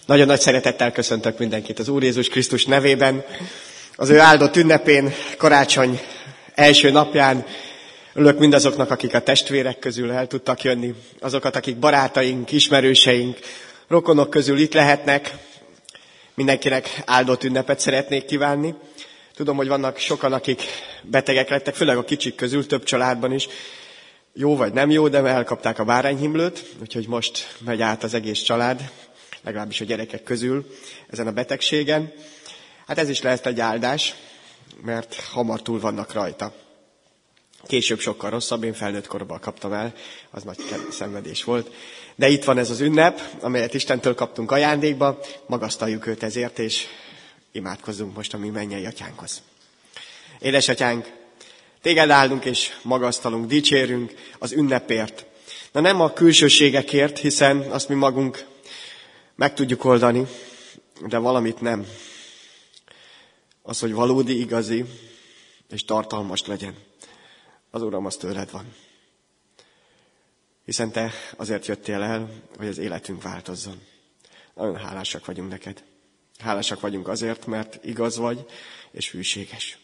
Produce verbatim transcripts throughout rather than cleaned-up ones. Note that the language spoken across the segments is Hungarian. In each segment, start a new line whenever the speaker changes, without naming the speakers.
Nagyon nagy szeretettel köszöntök mindenkit az Úr Jézus Krisztus nevében. Az ő áldott ünnepén, karácsony első napján örülök mindazoknak, akik a testvérek közül el tudtak jönni, azokat, akik barátaink, ismerőseink, rokonok közül itt lehetnek. Mindenkinek áldott ünnepet szeretnék kívánni. Tudom, hogy vannak sokan, akik betegek lettek, főleg a kicsik közül, több családban is. Jó vagy nem jó, de elkapták a bárányhimlőt, úgyhogy most megy át az egész család, legalábbis a gyerekek közül ezen a betegségen. Hát ez is lehet egy áldás, mert hamar túl vannak rajta. Később sokkal rosszabb, én felnőtt korban kaptam el, az nagy szenvedés volt. De itt van ez az ünnep, amelyet Istentől kaptunk ajándékba, magasztaljuk őt ezért, és imádkozzunk most a mi mennyei atyánkhoz. Édesatyánk, téged áldunk és magasztalunk, dicsérünk az ünnepért. Na nem a külsőségekért, hiszen azt mi magunk meg tudjuk oldani, de valamit nem. Az, hogy valódi, igazi és tartalmas legyen. Az Uram, az tőled van. Hiszen te azért jöttél el, hogy az életünk változzon. Nagyon hálásak vagyunk neked. Hálásak vagyunk azért, mert igaz vagy és hűséges.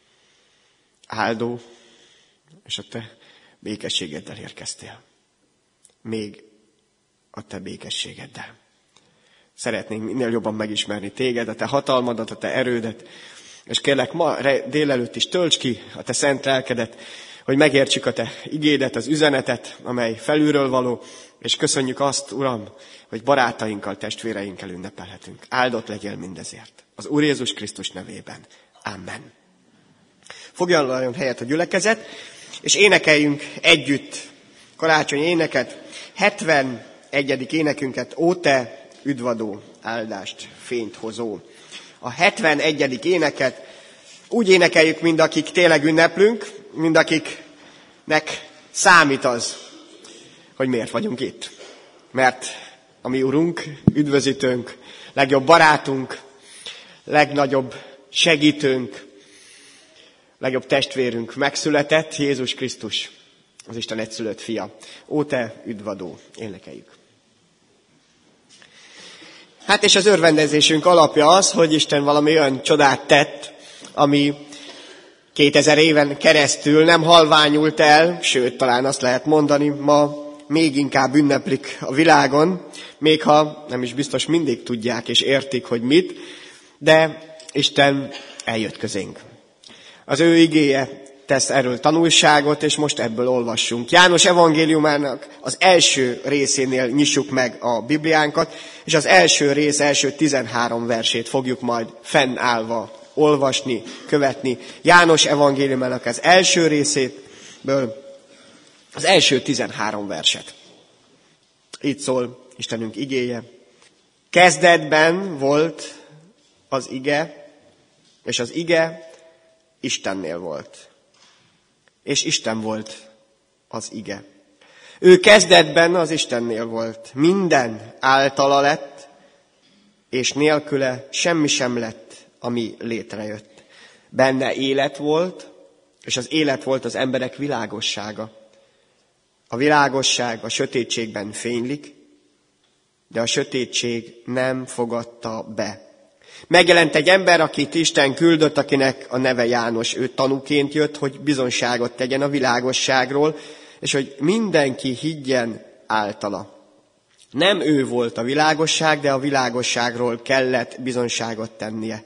Áldó, és a te békességeddel érkeztél. Még a te békességeddel. Szeretnénk minél jobban megismerni téged, a te hatalmadat, a te erődet, és kérlek ma délelőtt is tölts ki a te szent lelkedet, hogy megértsük a te igédet, az üzenetet, amely felülről való, és köszönjük azt, Uram, hogy barátainkkal, testvéreinkkel ünnepelhetünk. Áldott legyél mindezért. Az Úr Jézus Krisztus nevében. Amen. Foglaljon helyet a gyülekezet, és énekeljünk együtt karácsonyi éneket, hetvenegyedik énekünket, Ó te üdvadó, áldást, fényt hozó. A hetvenegyedik éneket úgy énekeljük, mind akik tényleg ünneplünk, mind akiknek számít az, hogy miért vagyunk itt. Mert a mi Urunk, üdvözítőnk, legjobb barátunk, legnagyobb segítőnk, legjobb testvérünk megszületett, Jézus Krisztus, az Isten egyszülött fia. Ó te üdvadó, énekeljük. Hát és az örvendezésünk alapja az, hogy Isten valami olyan csodát tett, ami kétezer éven keresztül nem halványult el, sőt, talán azt lehet mondani, ma még inkább ünneplik a világon, még ha nem is biztos mindig tudják és értik, hogy mit, de Isten eljött közénk. Az ő igéje tesz erről tanulságot, és most ebből olvassunk. János evangéliumának az első részénél nyissuk meg a Bibliánkat, és az első rész első tizenhárom versét fogjuk majd fennállva olvasni, követni. János evangéliumának az első részéből az első tizenhárom verset. Így szól Istenünk igéje. Kezdetben volt az ige, és az ige Istennél volt. És Isten volt az ige. Ő kezdetben az Istennél volt. Minden általa lett, és nélküle semmi sem lett, ami létrejött. Benne élet volt, és az élet volt az emberek világossága. A világosság a sötétségben fénylik, de a sötétség nem fogadta be. Megjelent egy ember, akit Isten küldött, akinek a neve János. Ő tanúként jött, hogy bizonyságot tegyen a világosságról, és hogy mindenki higgyen általa. Nem ő volt a világosság, de a világosságról kellett bizonyságot tennie.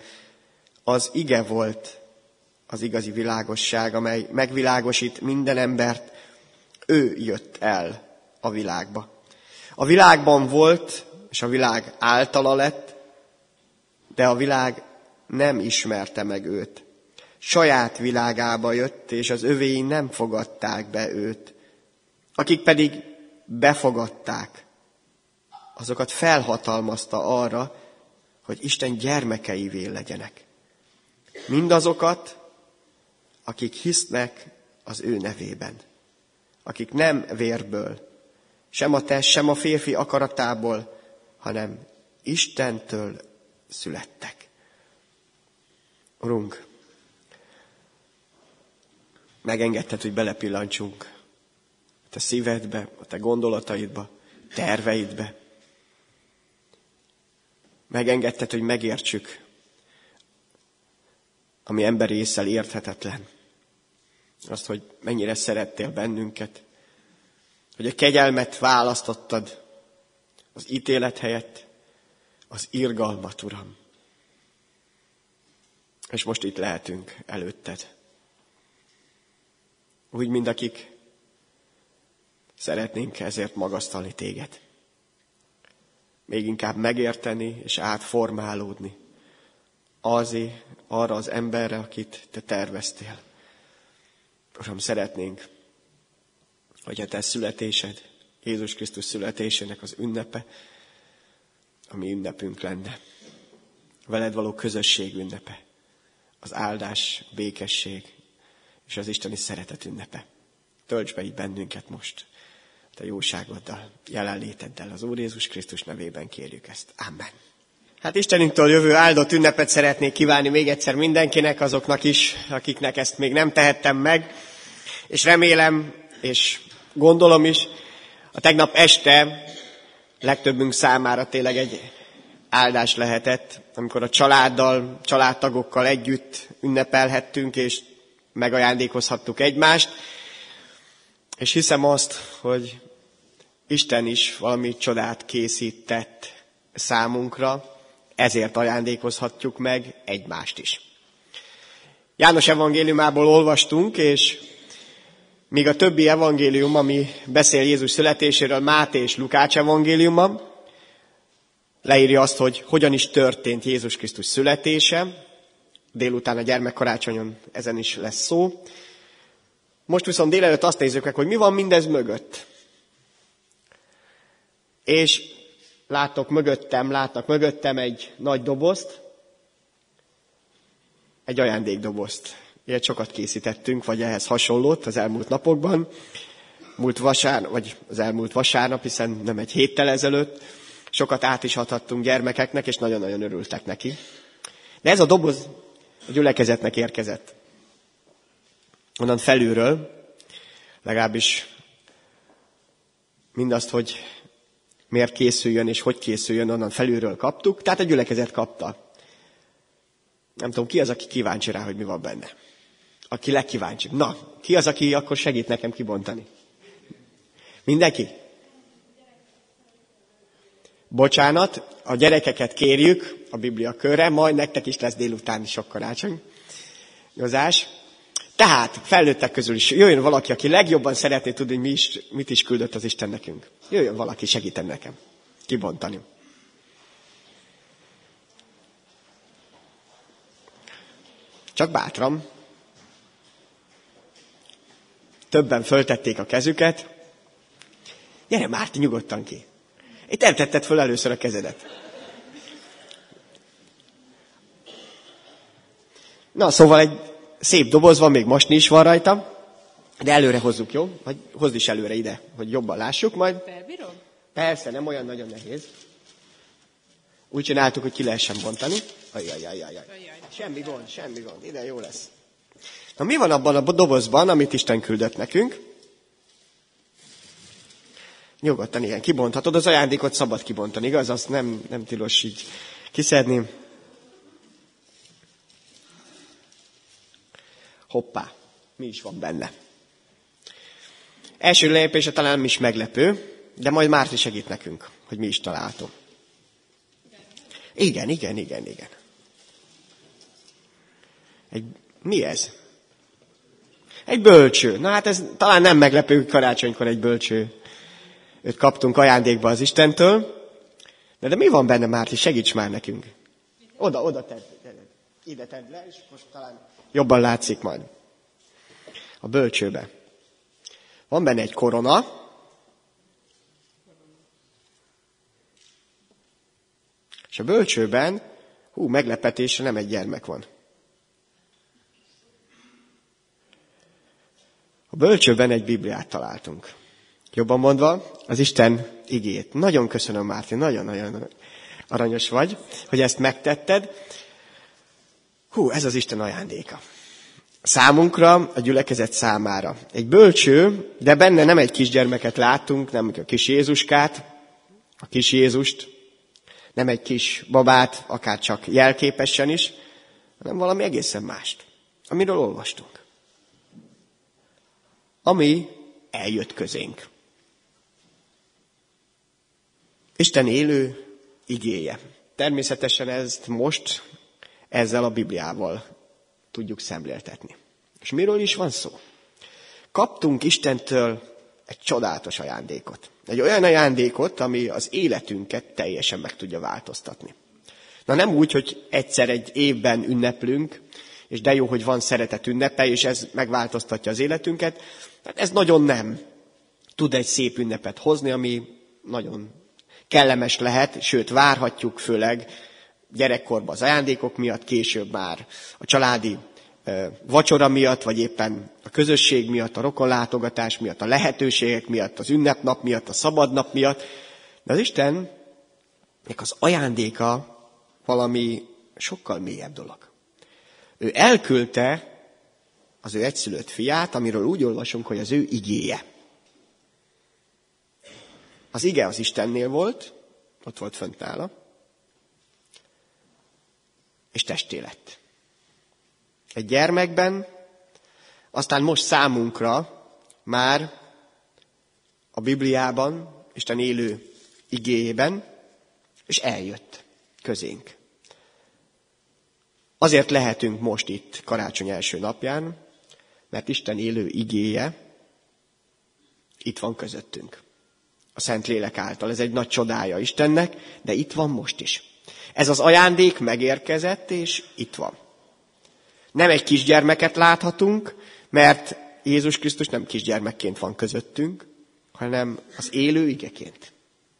Az ige volt az igazi világosság, amely megvilágosít minden embert. Ő jött el a világba. A világban volt, és a világ általa lett, de a világ nem ismerte meg őt. Saját világába jött, és az övéi nem fogadták be őt. Akik pedig befogadták, azokat felhatalmazta arra, hogy Isten gyermekeivé legyenek. Mindazokat, akik hisznek az ő nevében. Akik nem vérből, sem a test, sem a férfi akaratából, hanem Istentől születtek. Urunk, megengedted, hogy belepillantsunk a te szívedbe, a te gondolataidba, terveidbe. Megengedted, hogy megértsük, ami emberi ésszel érthetetlen. Azt, hogy mennyire szerettél bennünket, hogy a kegyelmet választottad az ítélet helyett, az irgalmat, Uram. És most itt lehetünk előtted. Úgy, mint akik szeretnénk ezért magasztalni téged. Még inkább megérteni és átformálódni azért, arra az emberre, akit te terveztél. Uram, szeretnénk, hogy a te születésed, Jézus Krisztus születésének az ünnepe, a mi ünnepünk lenne. Veled való közösség ünnepe, az áldás, békesség és az isteni szeretet ünnepe. Tölts be így bennünket most, te jóságoddal, jelenléteddel, az Úr Jézus Krisztus nevében kérjük ezt. Amen. Hát Istenünktől jövő áldott ünnepet szeretnék kívánni még egyszer mindenkinek, azoknak is, akiknek ezt még nem tehettem meg, és remélem, és gondolom is, a tegnap este legtöbbünk számára tényleg egy áldás lehetett, amikor a családdal, családtagokkal együtt ünnepelhettünk, és megajándékozhattuk egymást. És hiszem azt, hogy Isten is valami csodát készített számunkra, ezért ajándékozhatjuk meg egymást is. János evangéliumából olvastunk, és míg a többi evangélium, ami beszél Jézus születéséről, Máté és Lukács evangéliuma, leírja azt, hogy hogyan is történt Jézus Krisztus születése. Délután a gyermekkarácsonyon ezen is lesz szó. Most viszont délelőtt azt nézzük meg, hogy mi van mindez mögött. És láttok mögöttem, látnak mögöttem egy nagy dobozt, egy ajándékdobozt. Ilyet sokat készítettünk, vagy ehhez hasonlót az elmúlt napokban. Múlt vasárnap, vagy az elmúlt vasárnap, hiszen nem egy héttel ezelőtt. Sokat át is adhattunk gyermekeknek, és nagyon-nagyon örültek neki. De ez a doboz a gyülekezetnek érkezett. Onnan felülről, legalábbis mindazt, hogy miért készüljön és hogy készüljön, onnan felülről kaptuk, tehát a gyülekezet kapta. Nem tudom, ki az, aki kíváncsi rá, hogy mi van benne. Aki legkíváncsibb. Na, ki az, aki akkor segít nekem kibontani? Mindenki? Bocsánat, a gyerekeket kérjük a Biblia körre, majd nektek is lesz délután sok karácsony. Józás. Tehát felnőttek közül is jöjjön valaki, aki legjobban szeretné tudni, hogy mi is, mit is küldött az Isten nekünk. Jöjjön valaki, segíten nekem kibontani. Csak bátran. Többen föltették a kezüket. Gyere, Márti, nyugodtan ki. Itt nem tetted föl először a kezedet. Na, szóval egy szép doboz van, még mosni is van rajta, de előre hozzuk, jó? Vagy hozd is előre ide, hogy jobban lássuk majd.
Felbírom?
Persze, nem olyan nagyon nehéz. Úgy csináltuk, hogy ki lehessen bontani. Ajjajjajjajjaj. Semmi gond, semmi gond. Ide jó lesz. Na, mi van abban a dobozban, amit Isten küldött nekünk? Nyugodtan, igen, kibonthatod. Az ajándékot szabad kibontani, igaz? Azt nem, nem tilos így kiszedni. Hoppá, mi is van benne? Első lépése talán nem is meglepő, de majd Márti segít nekünk, hogy mi is található. Igen, igen, igen, igen. Egy, mi ez? Egy bölcső. Na hát ez talán nem meglepő, hogy karácsonykor egy bölcső. Őt kaptunk ajándékba az Istentől. De, de mi van benne, Márti? Segíts már nekünk. Oda, oda tedd. Ide tedd le, és most talán jobban látszik majd. A bölcsőbe. Van benne egy korona. És a bölcsőben, hú, meglepetésre nem egy gyermek van. A bölcsőben egy Bibliát találtunk. Jobban mondva, az Isten igét. Nagyon köszönöm, Márti, nagyon-nagyon aranyos vagy, hogy ezt megtetted. Hú, ez az Isten ajándéka. Számunkra, a gyülekezet számára. Egy bölcső, de benne nem egy kisgyermeket látunk, nem a kis Jézuskát, a kis Jézust, Nem egy kis babát, akár csak jelképesen is, hanem valami egészen mást, amiről olvastunk. Ami eljött közénk. Isten élő igéje. Természetesen ezt most ezzel a Bibliával tudjuk szemléltetni. És miről is van szó? Kaptunk Istentől egy csodálatos ajándékot. Egy olyan ajándékot, ami az életünket teljesen meg tudja változtatni. Na nem úgy, hogy egyszer egy évben ünneplünk, és de jó, hogy van szeretet ünnepe, és ez megváltoztatja az életünket. Hát ez nagyon nem tud egy szép ünnepet hozni, ami nagyon kellemes lehet, sőt várhatjuk főleg gyerekkorban az ajándékok miatt, később már a családi vacsora miatt, vagy éppen a közösség miatt, a rokonlátogatás miatt, a lehetőségek miatt, az ünnepnap miatt, a szabadnap miatt. De az Istennek az ajándéka valami sokkal mélyebb dolog. Ő elküldte az ő egyszülött fiát, amiről úgy olvasunk, hogy az ő igéje. Az ige az Istennél volt, ott volt fönt nála, és testé lett. Egy gyermekben, aztán most számunkra már a Bibliában, Isten élő igéjében, és eljött közénk. Azért lehetünk most itt karácsony első napján, mert Isten élő igéje itt van közöttünk. A Szentlélek által. Ez egy nagy csodája Istennek, de itt van most is. Ez az ajándék megérkezett, és itt van. Nem egy kisgyermeket láthatunk, mert Jézus Krisztus nem kisgyermekként van közöttünk, hanem az élő igeként.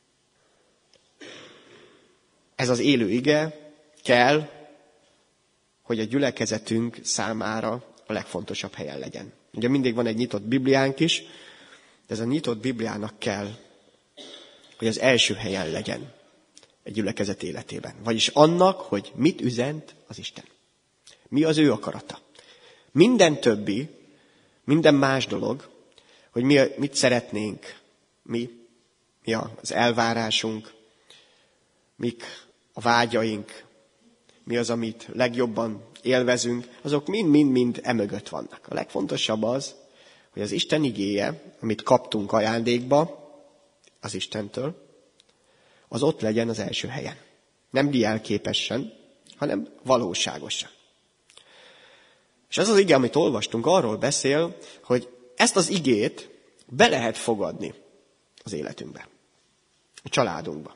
Ez az élő ige kell, hogy a gyülekezetünk számára a legfontosabb helyen legyen. Ugye mindig van egy nyitott Bibliánk is, de ez a nyitott Bibliának kell, hogy az első helyen legyen egy gyülekezet életében. Vagyis annak, hogy mit üzent az Isten. Mi az ő akarata. Minden többi, minden más dolog, hogy mi, mit szeretnénk, mi, mi az elvárásunk, mik a vágyaink, mi az, amit legjobban élvezünk, azok mind-mind-mind emögött vannak. A legfontosabb az, hogy az Isten igéje, amit kaptunk ajándékba az Istentől, az ott legyen az első helyen. Nem jelképesen, hanem valóságosan. És az az ige, amit olvastunk, arról beszél, hogy ezt az igét be lehet fogadni az életünkbe, a családunkba.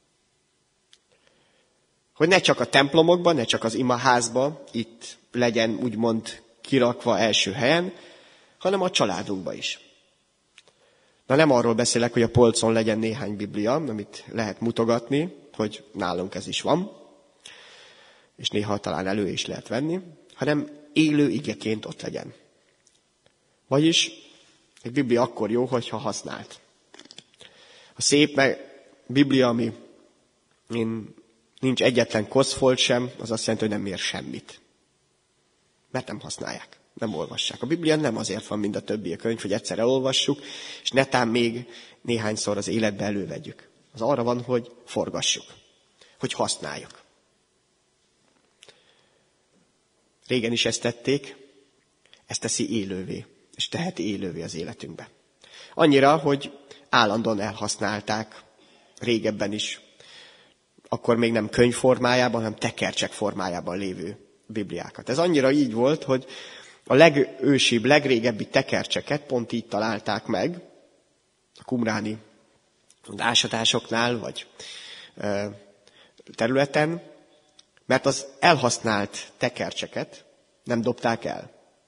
Hogy ne csak a templomokban, ne csak az imaházban itt legyen úgymond kirakva első helyen, hanem a családunkba is. Na nem arról beszélek, hogy a polcon legyen néhány Biblia, amit lehet mutogatni, hogy nálunk ez is van, és néha talán elő is lehet venni, hanem élő igeként ott legyen. Vagyis egy Biblia akkor jó, hogyha használt. A szép meg Biblia, ami nincs egyetlen koszfolt sem, az azt jelenti, hogy nem ér semmit. Mert nem használják, nem olvassák. A Biblia nem azért van, mint a többi könyv, hogy egyszer elolvassuk, és netán még néhányszor az életbe elővegyük. Az arra van, hogy forgassuk, hogy használjuk. Régen is ezt tették, ezt teszi élővé, és teheti élővé az életünkbe. Annyira, hogy állandóan elhasználták régebben is, akkor még nem könyv formájában, hanem tekercsek formájában lévő Bibliákat. Ez annyira így volt, hogy a legősibb, legrégebbi tekercseket pont így találták meg, a qumráni ásatásoknál, vagy területen, mert az elhasznált tekercseket nem dobták el.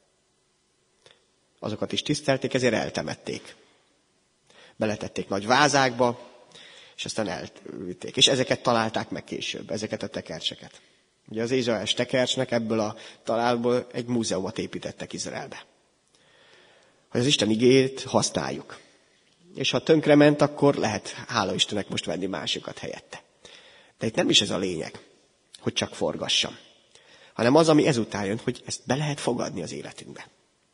Azokat is tisztelték, ezért eltemették. Beletették nagy vázákba, és aztán elvitték. És ezeket találták meg később, ezeket a tekercseket. Ugye az Ézsaiás tekercsnek ebből a találból egy múzeumot építettek Izraelbe. Hogy az Isten igéjét használjuk. És ha tönkrement, akkor lehet, hála Istennek, most venni másikat helyette. De itt nem is ez a lényeg, hogy csak forgassam, hanem az, ami ezután jön, hogy ezt be lehet fogadni az életünkbe.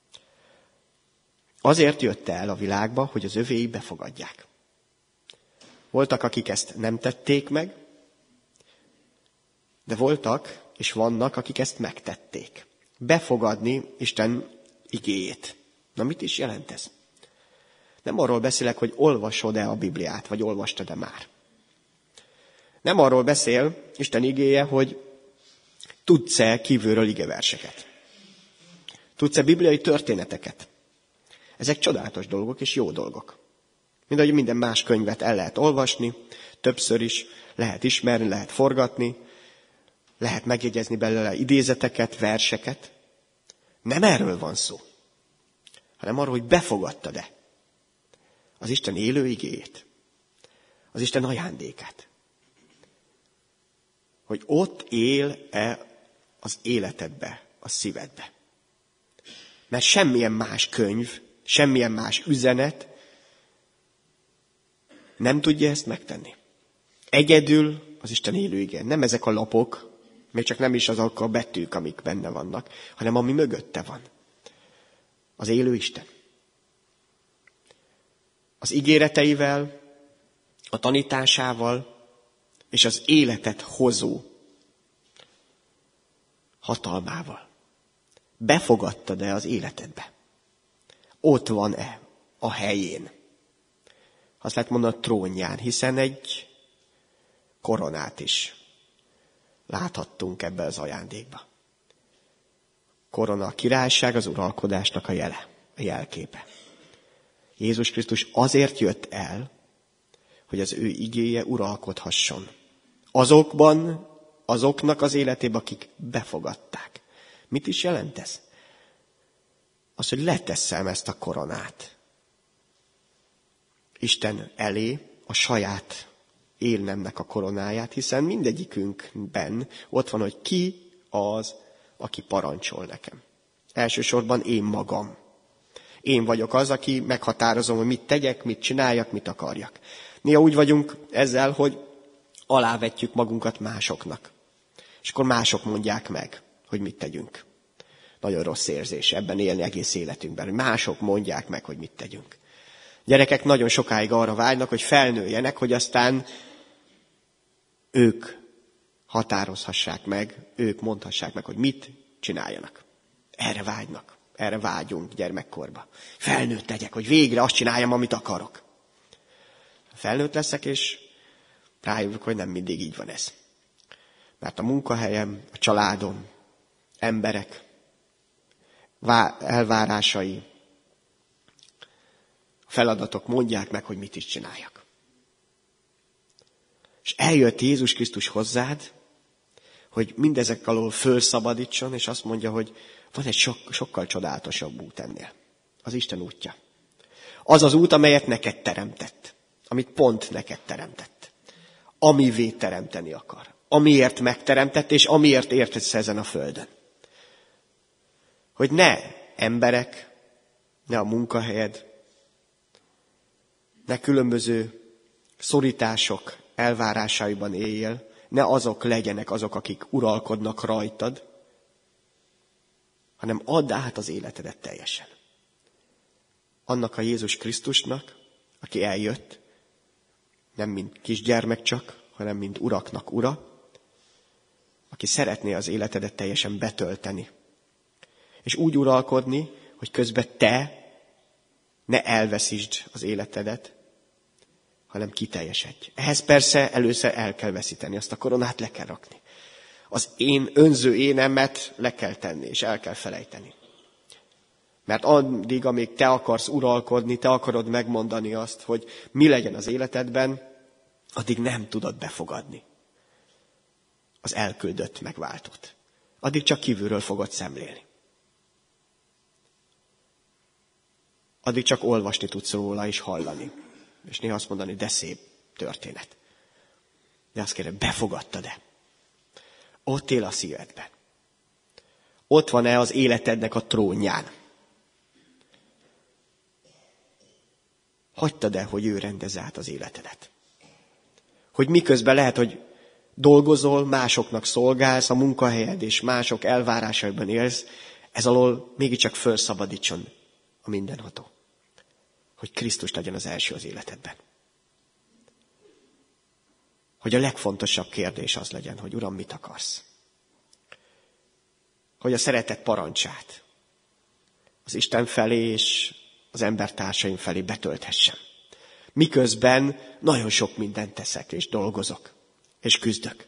Azért jött el a világba, hogy az övéi befogadják. Voltak, akik ezt nem tették meg, De voltak és vannak, akik ezt megtették. Befogadni Isten igéjét. Na mit is jelent ez? Nem arról beszélek, hogy olvasod-e a Bibliát, vagy olvastad-e már. Nem arról beszél Isten igéje, hogy tudsz-e kívülről igeverseket. Tudsz-e bibliai történeteket. Ezek csodálatos dolgok és jó dolgok. Mint ahogy minden más könyvet el lehet olvasni, többször is lehet ismerni, lehet forgatni, lehet megjegyezni belőle idézeteket, verseket. Nem erről van szó, hanem arról, hogy befogadtad-e az Isten élő igéjét, az Isten ajándékát. Hogy ott él-e az életedbe, a szívedbe. Mert semmilyen más könyv, semmilyen más üzenet nem tudja ezt megtenni. Egyedül az Isten élő ige. Nem ezek a lapok, még csak nem is azok a betűk, amik benne vannak, hanem ami mögötte van. Az élő Isten. Az ígéreteivel, a tanításával és az életet hozó hatalmával. Befogadtad-e az életedbe? Ott van-e a helyén? Azt lehet mondani a trónján, hiszen egy koronát is láthattunk ebbe az ajándékba. Korona a királyság, az uralkodásnak a jele, a jelképe. Jézus Krisztus azért jött el, hogy az ő igéje uralkodhasson. Azokban, azoknak az életében, akik befogadták. Mit is jelent ez? Az, hogy leteszem ezt a koronát Isten elé, a saját élnemnek a koronáját, hiszen mindegyikünkben ott van, hogy ki az, aki parancsol nekem. Elsősorban én magam. Én vagyok az, aki meghatározom, hogy mit tegyek, mit csináljak, mit akarjak. Néha úgy vagyunk ezzel, hogy alávetjük magunkat másoknak. És akkor mások mondják meg, hogy mit tegyünk. Nagyon rossz érzés ebben élni egész életünkben, hogy mások mondják meg, hogy mit tegyünk. Gyerekek nagyon sokáig arra vágynak, hogy felnőjenek, hogy aztán ők határozhassák meg, ők mondhassák meg, hogy mit csináljanak. Erre vágynak, erre vágyunk gyermekkorba. Felnőtt legyek, hogy végre azt csináljam, amit akarok. Felnőtt leszek, és rájövök, hogy nem mindig így van ez. Mert a munkahelyem, a családom, emberek elvárásai, feladatok mondják meg, hogy mit is csináljak. És eljött Jézus Krisztus hozzád, hogy mindezek alól fölszabadítson, és azt mondja, hogy van egy sok, sokkal csodálatosabb út ennél. Az Isten útja. Az az út, amelyet neked teremtett. Amit pont neked teremtett. Amivé teremteni akar. Amiért megteremtett, és amiért értesz ezen a földön. Hogy ne emberek, ne a munkahelyed, ne különböző szorítások elvárásaiban éljél, ne azok legyenek azok, akik uralkodnak rajtad, hanem add át az életedet teljesen. Annak a Jézus Krisztusnak, aki eljött, nem mint kisgyermek csak, hanem mint uraknak ura, aki szeretné az életedet teljesen betölteni. És úgy uralkodni, hogy közben te ne elveszítsd az életedet, hanem kiteljesedj. Ehhez persze először el kell veszíteni, azt a koronát le kell rakni. Az én önző énemet le kell tenni, és el kell felejteni. Mert addig, amíg te akarsz uralkodni, te akarod megmondani azt, hogy mi legyen az életedben, addig nem tudod befogadni az elküldött megváltót. Addig csak kívülről fogod szemlélni. Addig csak olvasni tudsz róla és hallani. És néha azt mondani, de szép történet. De azt kérem, befogadtad-e? Ott él a szívedben. Ott van-e az életednek a trónján? Hagytad-e, hogy ő rendezze át az életedet? Hogy miközben lehet, hogy dolgozol, másoknak szolgálsz, a munkahelyed és mások elvárásaiban élsz, ez alól mégiscsak felszabadítson a mindenható. Hogy Krisztus legyen az első az életedben. hogy a legfontosabb kérdés az legyen, hogy Uram, mit akarsz? Hogy a szeretet parancsát az Isten felé és az embertársaim felé betölthessem. Miközben nagyon sok mindent teszek, és dolgozok, és küzdök.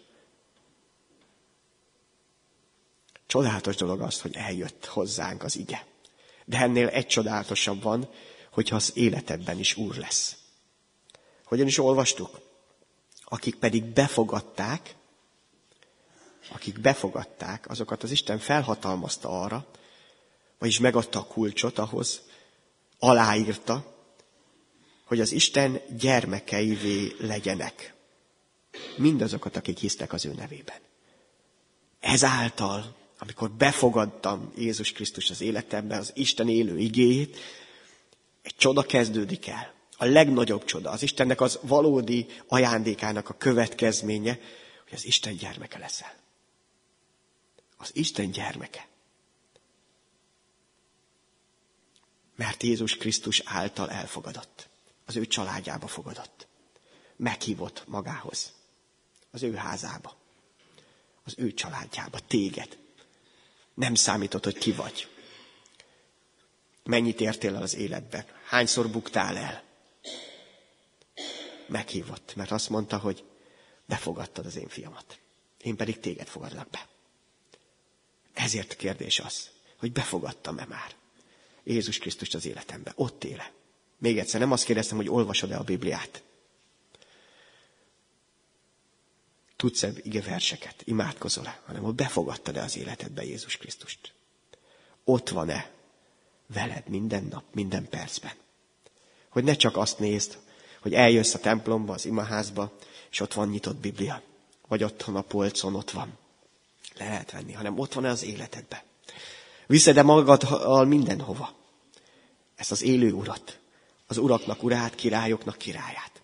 Csodálatos dolog az, hogy eljött hozzánk az ige. De ennél egy csodálatosabb van, hogyha az életedben is Úr lesz. Hogyan is olvastuk? Akik pedig befogadták, akik befogadták, azokat az Isten felhatalmazta arra, vagyis megadta a kulcsot ahhoz, aláírta, hogy az Isten gyermekeivé legyenek. Mindazokat, akik hisznek az ő nevében. Ezáltal, amikor befogadtam Jézus Krisztus az életembe, az Isten élő igéjét, egy csoda kezdődik el. A legnagyobb csoda, az Istennek az valódi ajándékának a következménye, hogy az Isten gyermeke leszel. Az Isten gyermeke. Mert Jézus Krisztus által elfogadott. Az ő családjába fogadott. Meghívott magához. Az ő házába. Az ő családjába. Téged. Nem számított, hogy ki vagy. Mennyit értél el az életben. Hányszor buktál el. Meghívott, mert azt mondta, hogy befogadtad az én fiamat. Én pedig téged fogadlak be. Ezért a kérdés az, hogy befogadtam-e már Jézus Krisztust az életembe. Ott éle. Még egyszer nem azt kérdeztem, hogy olvasod-e a Bibliát. Tudsz-e igeverseket, imádkozol-e, hanem hogy befogadtad-e az életedbe Jézus Krisztust. Ott van-e veled minden nap, minden percben. Hogy ne csak azt nézd, hogy eljössz a templomba, az imaházba, és ott van nyitott Biblia. Vagy otthon a polcon ott van. Le lehet venni, hanem ott van-e az életedben. Viszed-e magaddal mindenhova. Ezt az élő urat. Az uraknak urát, királyoknak királyát.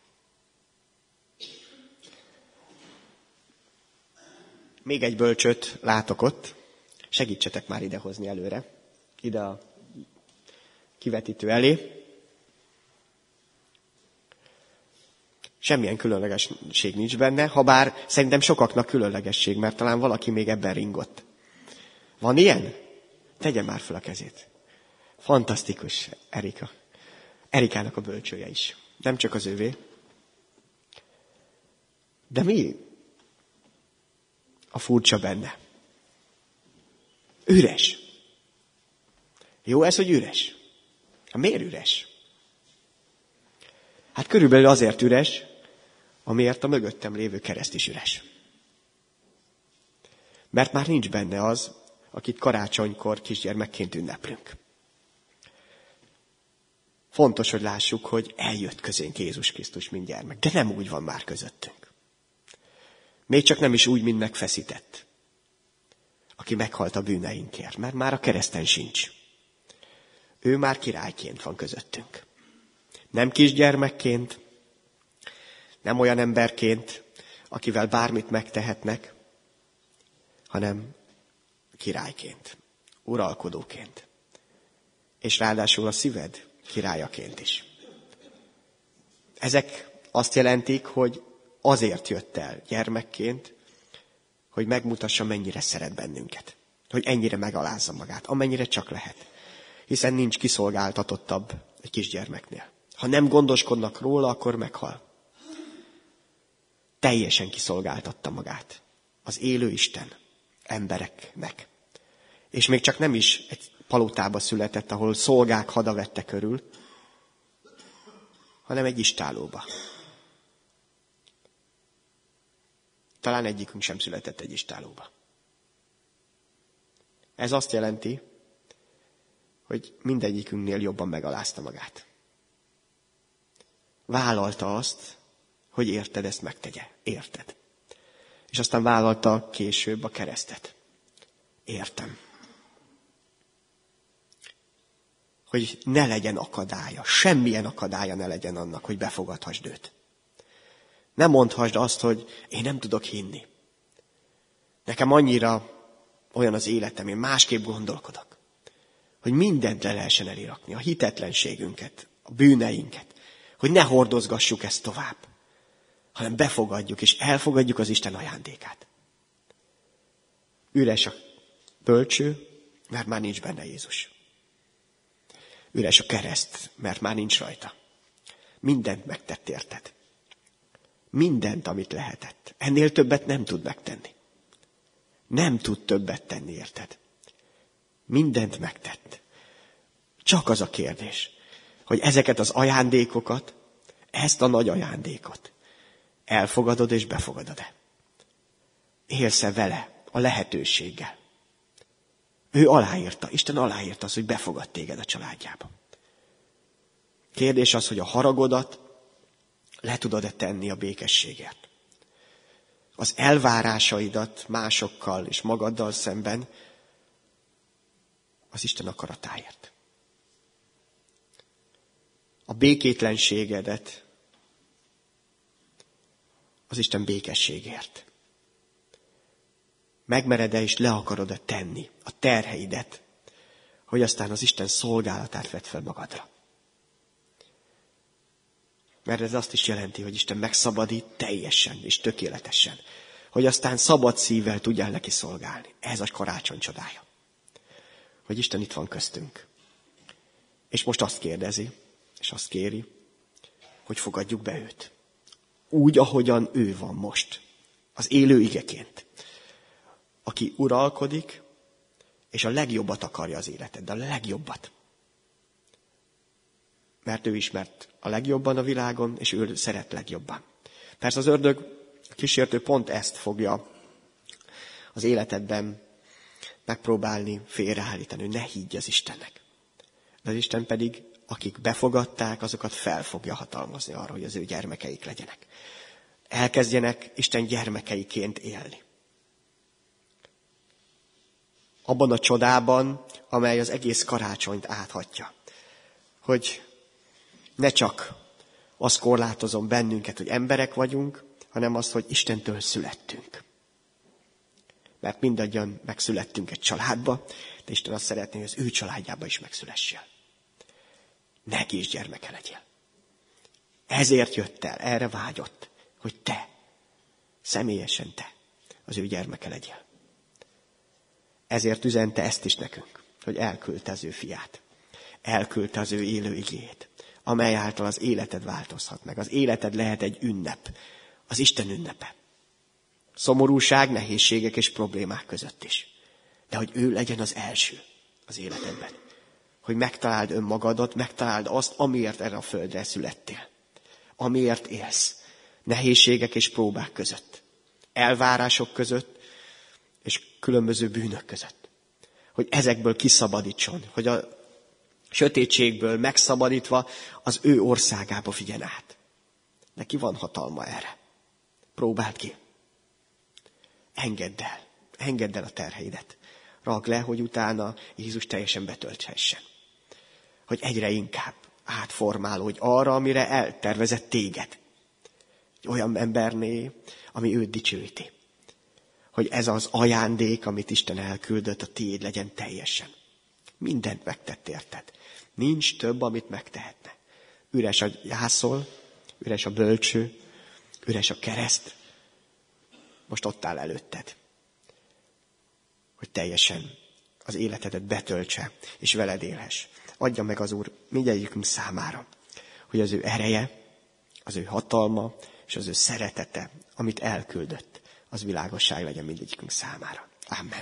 Még egy bölcsöt látok ott. Segítsetek már idehozni előre. Ide a kivetítő elé. Semmilyen különlegesség nincs benne, ha bár szerintem sokaknak különlegesség, mert talán valaki még ebben ringott. Van ilyen? Tegye már fel a kezét. Fantasztikus, Erika. Erikának a bölcsője is. Nem csak az övé. De mi a furcsa benne? Üres. Jó ez, hogy üres? Hát miért üres? Hát körülbelül azért üres, amiért a mögöttem lévő kereszt is üres. Mert már nincs benne az, akit karácsonykor kisgyermekként ünneplünk. Fontos, hogy lássuk, hogy eljött közénk Jézus Krisztus, mint gyermek. De nem úgy van már közöttünk. Még csak nem is úgy, mint megfeszített. Aki meghalt a bűneinkért, mert már a kereszten sincs. Ő már királyként van közöttünk. Nem kisgyermekként, nem olyan emberként, akivel bármit megtehetnek, hanem királyként, uralkodóként. És ráadásul a szíved királyaként is. Ezek azt jelentik, hogy azért jött el gyermekként, hogy megmutassa, mennyire szeret bennünket. Hogy ennyire megalázza magát, amennyire csak lehet. Hiszen nincs kiszolgáltatottabb egy kisgyermeknél. Ha nem gondoskodnak róla, akkor meghal. Teljesen kiszolgáltatta magát az élő Isten embereknek. És még csak nem is egy palotába született, ahol szolgák hada vette körül, hanem egy istállóba. Talán egyikünk sem született egy istállóba. Ez azt jelenti, hogy mindegyikünknél jobban megalázta magát. Vállalta azt, hogy érted, ezt megtegye. Érted. És aztán vállalta később a keresztet. Értem. Hogy ne legyen akadálya, semmilyen akadálya ne legyen annak, hogy befogadhassd őt. Ne mondhassd azt, hogy én nem tudok hinni. Nekem annyira olyan az életem, én másképp gondolkodok. Hogy mindent le lehessen elirakni, a hitetlenségünket, a bűneinket. Hogy ne hordozgassuk ezt tovább, hanem befogadjuk, és elfogadjuk az Isten ajándékát. Üres a bölcső, mert már nincs benne Jézus. Üres a kereszt, mert már nincs rajta. Mindent megtett érted. Mindent, amit lehetett. Ennél többet nem tud megtenni. Nem tud többet tenni, érted? Mindent megtett. Csak az a kérdés, hogy ezeket az ajándékokat, ezt a nagy ajándékot elfogadod és befogadod-e? Élsz-e vele, a lehetőséggel? Ő aláírta, Isten aláírta azt, hogy befogad téged a családjába. Kérdés az, hogy a haragodat le tudod-e tenni a békességért. Az elvárásaidat másokkal és magaddal szemben az Isten akaratáért. A békétlenségedet az Isten békességért. Megmered-e és le akarod-e tenni a terheidet, hogy aztán az Isten szolgálatát vedd fel magadra. Mert ez azt is jelenti, hogy Isten megszabadít teljesen és tökéletesen, hogy aztán szabad szívvel tudjál neki szolgálni. Ez a karácsony csodája. Hogy Isten itt van köztünk. És most azt kérdezi, és azt kéri, hogy fogadjuk be őt. Úgy, ahogyan ő van most. Az élő igeként. Aki uralkodik, és a legjobbat akarja az életed, de a legjobbat. Mert ő ismert a legjobban a világon, és ő szeret legjobban. Persze az ördög, a kísértő pont ezt fogja az életedben megpróbálni félreállítani, hogy ne higgy az Istennek. De az Isten pedig, akik befogadták, azokat fel fogja hatalmazni arra, hogy az ő gyermekeik legyenek. Elkezdjenek Isten gyermekeiként élni. Abban a csodában, amely az egész karácsonyt áthatja. Hogy ne csak azt korlátozom bennünket, hogy emberek vagyunk, hanem azt, hogy Istentől születtünk. Mert mindannyian megszülettünk egy családba, de Isten azt szeretné, hogy az ő családjába is megszülessél. Neki is gyermeke legyél. Ezért jött el, erre vágyott, hogy te, személyesen te, az ő gyermeke legyél. Ezért üzente ezt is nekünk, hogy elküldte az ő fiát. Elküldte az ő élő igéjét, amely által az életed változhat meg. Az életed lehet egy ünnep, az Isten ünnepe. Szomorúság, nehézségek és problémák között is. De hogy ő legyen az első az életedben. Hogy megtaláld önmagadat, megtaláld azt, amiért erre a földre születtél. Amiért élsz. Nehézségek és próbák között. Elvárások között, és különböző bűnök között. Hogy ezekből kiszabadítson, hogy a sötétségből megszabadítva az ő országába vigyen át. Neki van hatalma erre. Próbáld ki. Engedd el. Engedd el a terheidet. Ragd le, hogy utána Jézus teljesen betölthessen. Hogy egyre inkább átformálódj arra, amire eltervezett téged. Egy olyan emberné, ami őt dicsőíti. Hogy ez az ajándék, amit Isten elküldött, a tiéd legyen teljesen. Mindent megtett érted. Nincs több, amit megtehetne. Üres a jászol, üres a bölcső, üres a kereszt. Most ott áll előtted. Hogy teljesen az életedet betöltse, és veled élhess. Adja meg az Úr mindegyikünk számára, hogy az ő ereje, az ő hatalma, és az ő szeretete, amit elküldött, az világosság legyen mindegyikünk számára. Amen.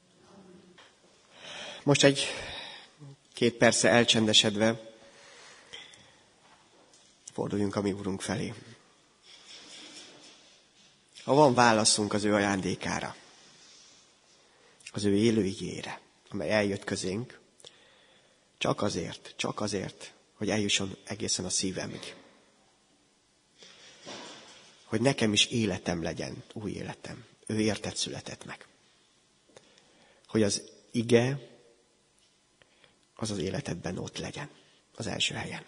Most egy két perce elcsendesedve forduljunk a mi Úrunk felé. Ha van válaszunk az ő ajándékára, az ő élő igére, amely eljött közénk, csak azért, csak azért, hogy eljusson egészen a szívemig. Hogy nekem is életem legyen, új életem. Ő érted született meg. Hogy az ige, az az életedben ott legyen, az első helyen.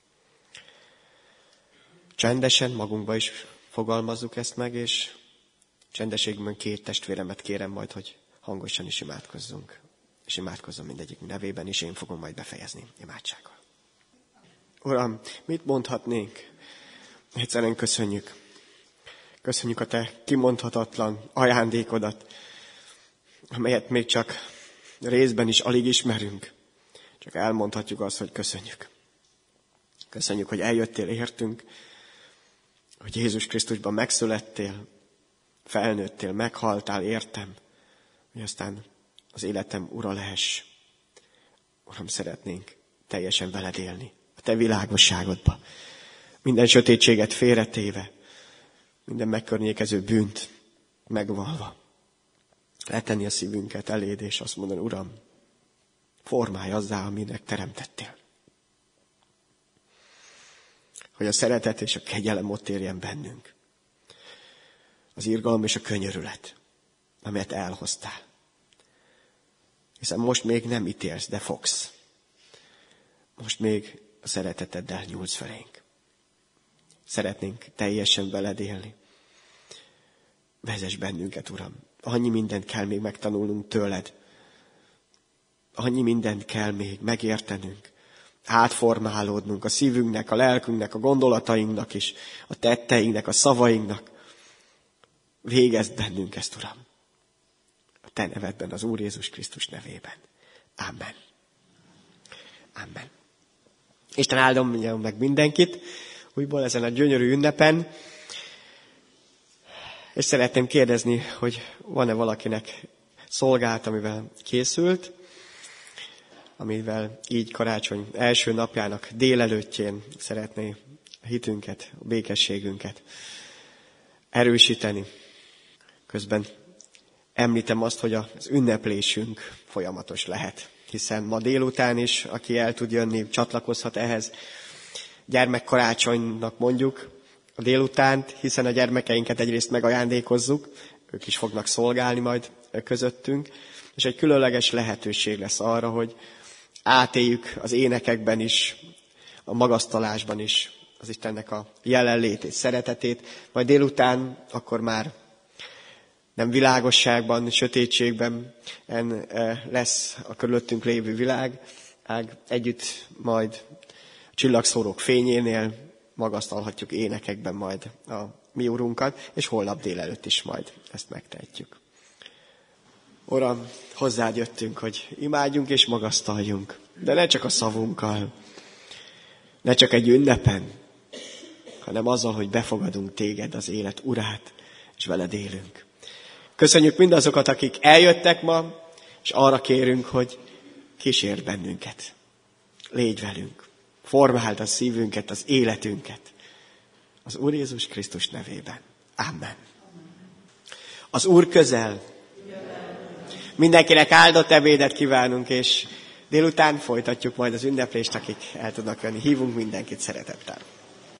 Csendesen magunkba is fogalmazzuk ezt meg, és csendességben két testvéremet kérem majd, hogy hangosan is imádkozzunk. És imádkozzon mindegyik nevében, és én fogom majd befejezni imádsággal. Uram, mit mondhatnénk? Egyszerűen köszönjük, Köszönjük a te kimondhatatlan ajándékodat, amelyet még csak részben is alig ismerünk. Csak elmondhatjuk azt, hogy köszönjük. Köszönjük, hogy eljöttél értünk, hogy Jézus Krisztusban megszülettél, felnőttél, meghaltál, értem, hogy aztán az életem ura lehess. Uram, szeretnénk teljesen veled élni, a te világosságodba. Minden sötétséget félretéve, minden megkörnyékező bűnt megvalva. Letenni a szívünket eléd, és azt mondani, Uram, formálj azzá, aminek teremtettél. Hogy a szeretet és a kegyelem ott érjen bennünk. Az irgalom és a könyörület, amelyet elhoztál. Hiszen most még nem ítélsz, de fogsz. Most még a szereteteddel nyúlsz felénk. Szeretnénk teljesen veled élni. Vezess bennünket, Uram. Annyi mindent kell még megtanulnunk tőled. Annyi mindent kell még megértenünk. Átformálódnunk a szívünknek, a lelkünknek, a gondolatainknak is, a tetteinknek, a szavainknak. Végezd bennünk ezt, Uram. A te nevedben, az Úr Jézus Krisztus nevében. Amen. Amen. Isten áldom meg mindenkit, újból ezen a gyönyörű ünnepen. És szeretném kérdezni, hogy van-e valakinek szolgálat, amivel készült, amivel így karácsony első napjának délelőttjén szeretné a hitünket, a békességünket erősíteni. Közben említem azt, hogy az ünneplésünk folyamatos lehet, hiszen ma délután is, aki el tud jönni, csatlakozhat ehhez gyermekkarácsonynak mondjuk a délutánt, hiszen a gyermekeinket egyrészt megajándékozzuk, ők is fognak szolgálni majd közöttünk, és egy különleges lehetőség lesz arra, hogy átéljük az énekekben is, a magasztalásban is az Istennek a jelenlétét, szeretetét, majd délután akkor már nem világosságban, sötétségben lesz a körülöttünk lévő világ, együtt majd a csillagszórók fényénél magasztalhatjuk énekekben majd a mi Urunkat, és holnap délelőtt is majd ezt megtehetjük. Uram, hozzád jöttünk, hogy imádjunk és magasztaljunk, de ne csak a szavunkkal, ne csak egy ünnepen, hanem azzal, hogy befogadunk téged, az élet urát, és veled élünk. Köszönjük mindazokat, akik eljöttek ma, és arra kérünk, hogy kísérd bennünket. Légy velünk. Formáld a szívünket, az életünket. Az Úr Jézus Krisztus nevében. Amen. Az Úr közel. Mindenkinek áldott ebédet kívánunk, és délután folytatjuk majd az ünneplést, akik el tudnak jönni. Hívunk mindenkit szeretettel.